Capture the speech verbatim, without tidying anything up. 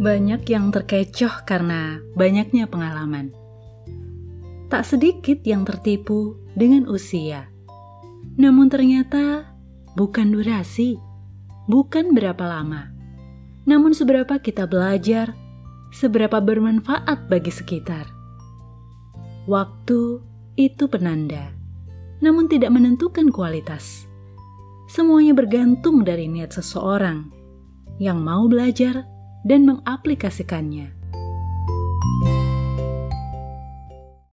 Banyak yang terkecoh karena banyaknya pengalaman. Tak sedikit yang tertipu dengan usia. Namun ternyata bukan durasi, bukan berapa lama. Namun seberapa kita belajar, seberapa bermanfaat bagi sekitar. Waktu itu penanda, namun tidak menentukan kualitas. Semuanya bergantung dari niat seseorang yang mau belajar dan mengaplikasikannya.